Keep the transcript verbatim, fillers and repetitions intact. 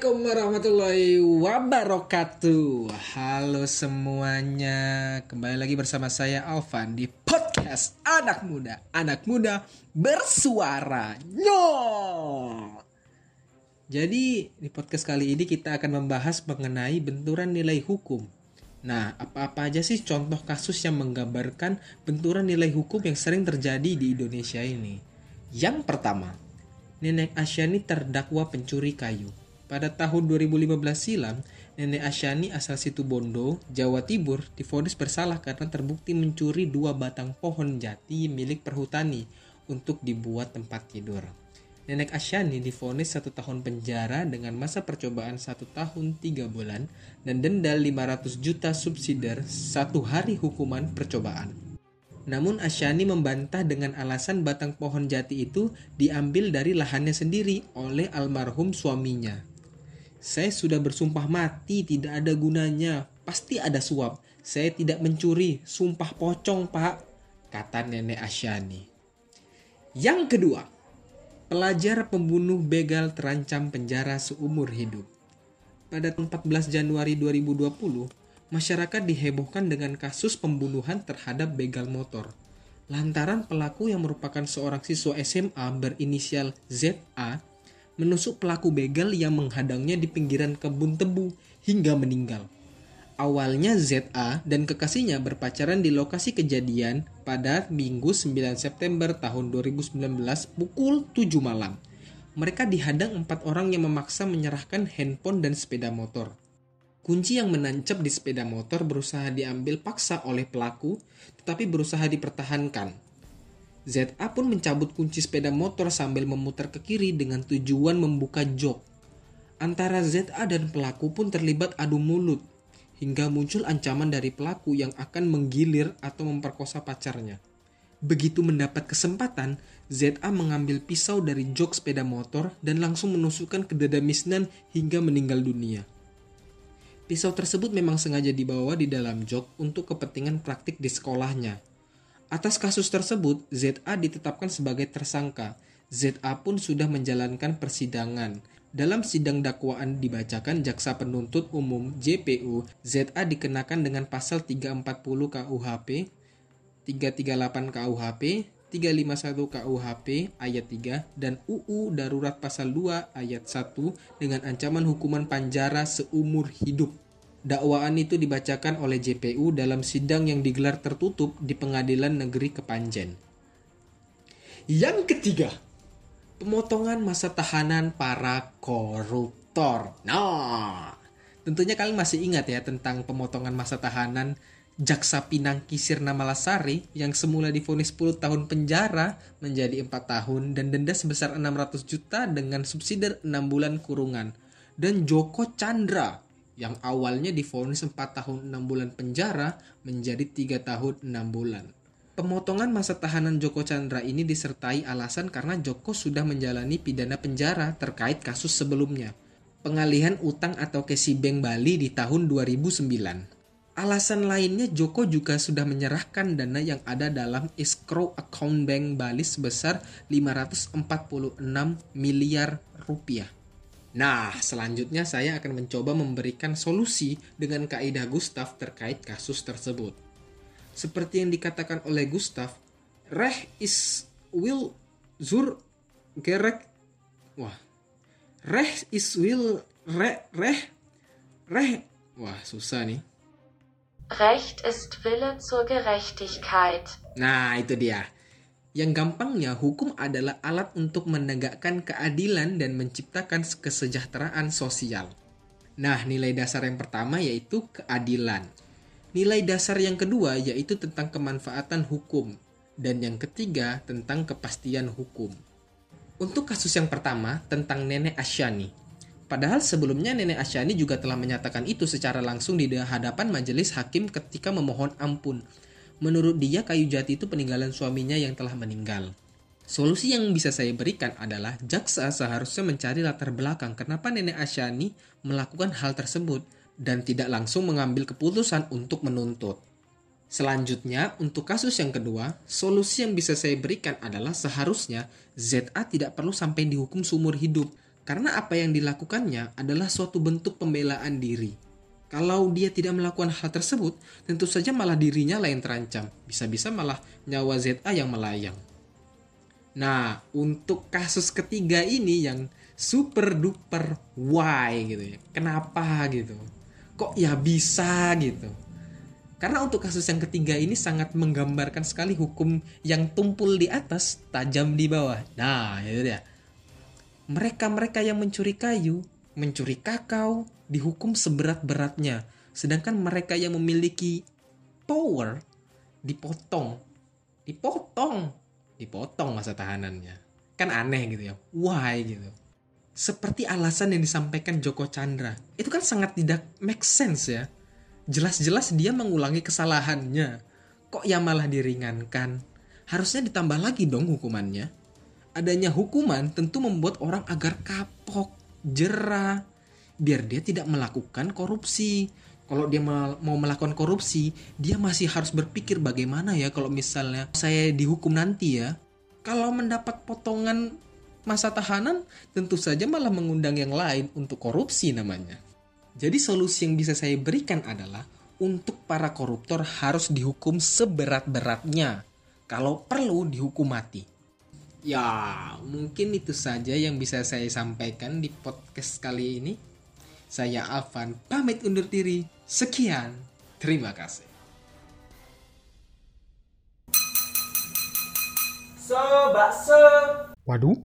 Assalamualaikum warahmatullahi wabarakatuh. Halo semuanya, kembali lagi bersama saya Alvan di podcast Anak Muda Anak Muda Bersuara. Yo. Jadi di podcast kali ini kita akan membahas mengenai benturan nilai hukum. Nah, apa-apa aja sih contoh kasus yang menggambarkan benturan nilai hukum yang sering terjadi di Indonesia ini? Yang pertama, Nenek Asyani terdakwa pencuri kayu. Pada tahun dua ribu lima belas silam, Nenek Asyani asal Situbondo, Jawa Timur, divonis bersalah karena terbukti mencuri dua batang pohon jati milik perhutani untuk dibuat tempat tidur. Nenek Asyani divonis satu tahun penjara dengan masa percobaan satu tahun tiga bulan dan denda lima ratus juta subsidiar satu hari hukuman percobaan. Namun Asyani membantah dengan alasan batang pohon jati itu diambil dari lahannya sendiri oleh almarhum suaminya. Saya sudah bersumpah mati tidak ada gunanya, pasti ada suap. Saya tidak mencuri, sumpah pocong pak, kata Nenek Asyani. Yang kedua, pelajar pembunuh begal terancam penjara seumur hidup. Pada empat belas Januari dua ribu dua puluh, masyarakat dihebohkan dengan kasus pembunuhan terhadap begal motor. Lantaran pelaku yang merupakan seorang siswa S M A berinisial Z A menusuk pelaku begal yang menghadangnya di pinggiran kebun tebu hingga meninggal. Awalnya Z A dan kekasihnya berpacaran di lokasi kejadian pada Minggu sembilan September tahun dua ribu sembilan belas pukul tujuh malam. Mereka dihadang empat orang yang memaksa menyerahkan handphone dan sepeda motor. Kunci yang menancap di sepeda motor berusaha diambil paksa oleh pelaku, tetapi berusaha dipertahankan. Z A pun mencabut kunci sepeda motor sambil memutar ke kiri dengan tujuan membuka jok. Antara Z A dan pelaku pun terlibat adu mulut, hingga muncul ancaman dari pelaku yang akan menggilir atau memperkosa pacarnya. Begitu mendapat kesempatan, Z A mengambil pisau dari jok sepeda motor dan langsung menusukkan ke dada Misnan hingga meninggal dunia. Pisau tersebut memang sengaja dibawa di dalam jok untuk kepentingan praktik di sekolahnya. Atas kasus tersebut, Z A ditetapkan sebagai tersangka. Z A pun sudah menjalankan persidangan. Dalam sidang dakwaan dibacakan jaksa penuntut umum J P U, Z A dikenakan dengan pasal tiga ratus empat puluh K U H P, tiga ratus tiga puluh delapan K U H P, tiga ratus lima puluh satu K U H P ayat tiga dan U U Darurat pasal dua ayat satu dengan ancaman hukuman penjara seumur hidup. Dakwaan itu dibacakan oleh J P U dalam sidang yang digelar tertutup di Pengadilan Negeri Kepanjen. Yang ketiga, pemotongan masa tahanan para koruptor. Nah, tentunya kalian masih ingat ya tentang pemotongan masa tahanan Jaksa Pinangki Sirna Malasari yang semula divonis sepuluh tahun penjara menjadi empat tahun dan denda sebesar enam ratus juta dengan subsidi enam bulan kurungan. Dan Joko Chandra yang awalnya divonis empat tahun enam bulan penjara menjadi tiga tahun enam bulan. Pemotongan masa tahanan Joko Chandra ini disertai alasan karena Joko sudah menjalani pidana penjara terkait kasus sebelumnya, pengalihan utang atau Kesi Bank Bali di tahun dua ribu sembilan. Alasan lainnya Joko juga sudah menyerahkan dana yang ada dalam escrow account Bank Bali sebesar lima ratus empat puluh enam miliar rupiah. Nah, selanjutnya saya akan mencoba memberikan solusi dengan kaidah Gustav terkait kasus tersebut. Seperti yang dikatakan oleh Gustav, Recht is will zur Gerecht. Wah. Recht is will re, Recht Recht. Wah, susah nih. Recht ist Wille zur Gerechtigkeit. Nah, itu dia. Yang gampangnya, hukum adalah alat untuk menegakkan keadilan dan menciptakan kesejahteraan sosial. Nah, nilai dasar yang pertama yaitu keadilan. Nilai dasar yang kedua yaitu tentang kemanfaatan hukum. Dan yang ketiga tentang kepastian hukum. Untuk kasus yang pertama tentang Nenek Asyani. Padahal sebelumnya Nenek Asyani juga telah menyatakan itu secara langsung di hadapan majelis hakim ketika memohon ampun. Menurut dia, kayu jati itu peninggalan suaminya yang telah meninggal. Solusi yang bisa saya berikan adalah jaksa seharusnya mencari latar belakang kenapa Nenek Asyani melakukan hal tersebut dan tidak langsung mengambil keputusan untuk menuntut. Selanjutnya, untuk kasus yang kedua, solusi yang bisa saya berikan adalah seharusnya Z A tidak perlu sampai dihukum seumur hidup Karena apa yang dilakukannya adalah suatu bentuk pembelaan diri. Kalau dia tidak melakukan hal tersebut, tentu saja malah dirinya lah yang terancam. Bisa-bisa malah nyawa Z A yang melayang. Nah, untuk kasus ketiga ini yang super duper why gitu ya. Kenapa gitu? Kok ya bisa gitu? Karena untuk kasus yang ketiga ini sangat menggambarkan sekali hukum yang tumpul di atas, tajam di bawah. Nah, itu dia. Mereka-mereka yang mencuri kayu, mencuri kakao, dihukum seberat-beratnya. Sedangkan mereka yang memiliki power, dipotong. Dipotong. Dipotong masa tahanannya. Kan aneh gitu ya. Why gitu. Seperti alasan yang disampaikan Joko Chandra. Itu kan sangat tidak make sense ya. Jelas-jelas dia mengulangi kesalahannya. Kok ya malah diringankan? Harusnya ditambah lagi dong hukumannya. Adanya hukuman tentu membuat orang agar kapok, jera, biar dia tidak melakukan korupsi. Kalau dia mau melakukan korupsi, dia masih harus berpikir bagaimana ya kalau misalnya saya dihukum nanti ya. Kalau mendapat potongan masa tahanan, tentu saja malah mengundang yang lain untuk korupsi namanya. Jadi solusi yang bisa saya berikan adalah untuk para koruptor harus dihukum seberat-beratnya. Kalau perlu dihukum mati. Ya, mungkin itu saja yang bisa saya sampaikan di podcast kali ini. Saya Alvan, pamit undur diri. Sekian, terima kasih. So, bakso. Waduh.